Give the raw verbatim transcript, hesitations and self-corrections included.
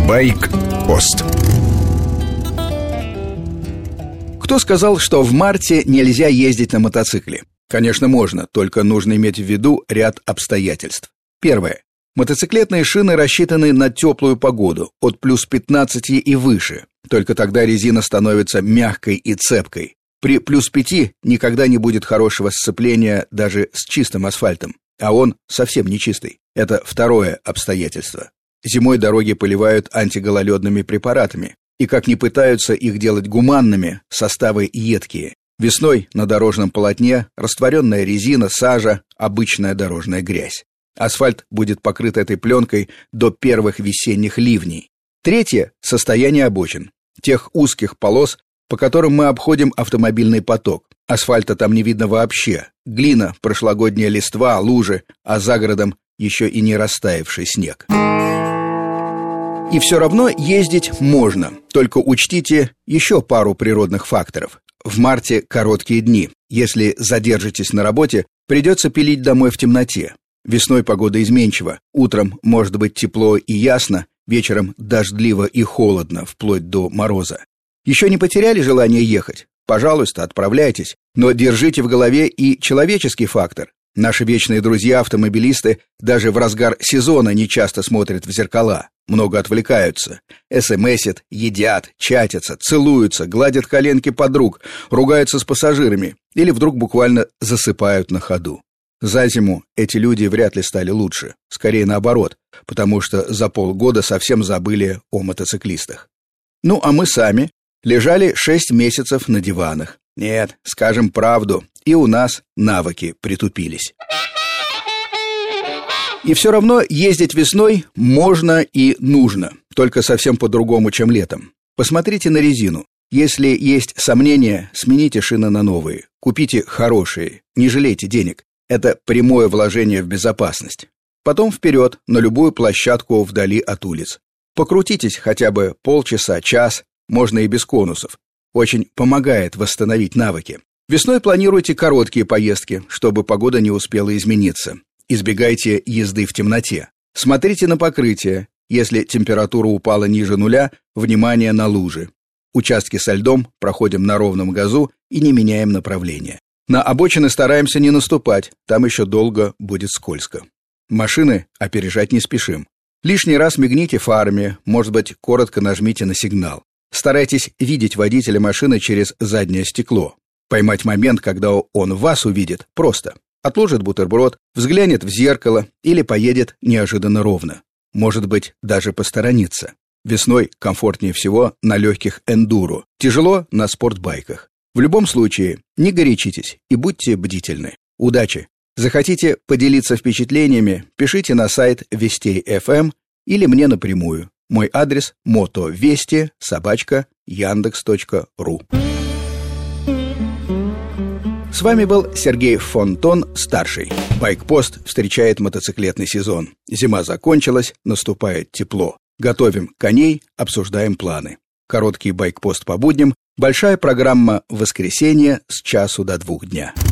Байк-пост. Кто сказал, что в марте нельзя ездить на мотоцикле? Конечно, можно, только нужно иметь в виду ряд обстоятельств. Первое. Мотоциклетные шины рассчитаны на теплую погоду, от плюс пятнадцати и выше. Только тогда резина становится мягкой и цепкой. При плюс пяти никогда не будет хорошего сцепления даже с чистым асфальтом, а он совсем не чистый. Это второе обстоятельство. Зимой дороги поливают антигололедными препаратами, и как ни пытаются их делать гуманными, составы едкие. Весной на дорожном полотне растворенная резина, сажа, обычная дорожная грязь. Асфальт будет покрыт этой пленкой до первых весенних ливней. Третье – состояние обочин. Тех узких полос, по которым мы обходим автомобильный поток. Асфальта там не видно вообще. Глина, прошлогодняя листва, лужи, а за городом еще и не растаявший снег. И все равно ездить можно, только учтите еще пару природных факторов. В марте короткие дни. Если задержитесь на работе, придется пилить домой в темноте. Весной погода изменчива. Утром может быть тепло и ясно, вечером дождливо и холодно, вплоть до мороза. Еще не потеряли желание ехать? Пожалуйста, отправляйтесь. Но держите в голове и человеческий фактор. Наши вечные друзья-автомобилисты даже в разгар сезона не часто смотрят в зеркала. Много отвлекаются. эс-эм-эсят, едят, чатятся, целуются, гладят коленки подруг, ругаются с пассажирами или вдруг буквально засыпают на ходу. За зиму эти люди вряд ли стали лучше. Скорее наоборот, потому что за полгода совсем забыли о мотоциклистах. Ну, а мы сами лежали шесть месяцев на диванах. Нет, скажем правду, и у нас навыки притупились. И все равно ездить весной можно и нужно, только совсем по-другому, чем летом. Посмотрите на резину. Если есть сомнения, смените шины на новые. Купите хорошие, не жалейте денег. Это прямое вложение в безопасность. Потом вперед, на любую площадку вдали от улиц. Покрутитесь хотя бы полчаса, час, можно и без конусов. Очень помогает восстановить навыки. Весной планируйте короткие поездки, чтобы погода не успела измениться. Избегайте езды в темноте. Смотрите на покрытие. Если температура упала ниже нуля, внимание на лужи. Участки со льдом проходим на ровном газу и не меняем направление. На обочины стараемся не наступать, там еще долго будет скользко. Машины опережать не спешим. Лишний раз мигните фарами, может быть, коротко нажмите на сигнал. Старайтесь видеть водителя машины через заднее стекло. Поймать момент, когда он вас увидит, просто. Отложит бутерброд, взглянет в зеркало или поедет неожиданно ровно. Может быть, даже посторониться. Весной комфортнее всего на легких эндуро, тяжело на спортбайках. В любом случае, не горячитесь и будьте бдительны. Удачи! Захотите поделиться впечатлениями, пишите на сайт Вестей эф эм или мне напрямую. Мой адрес мотовести собака яндекс точка ру. С вами был Сергей Фонтон, старший. Байк-пост встречает мотоциклетный сезон. Зима закончилась, наступает тепло. Готовим коней, обсуждаем планы. Короткий байк-пост по будням, большая программа в воскресенье с часу до двух дня.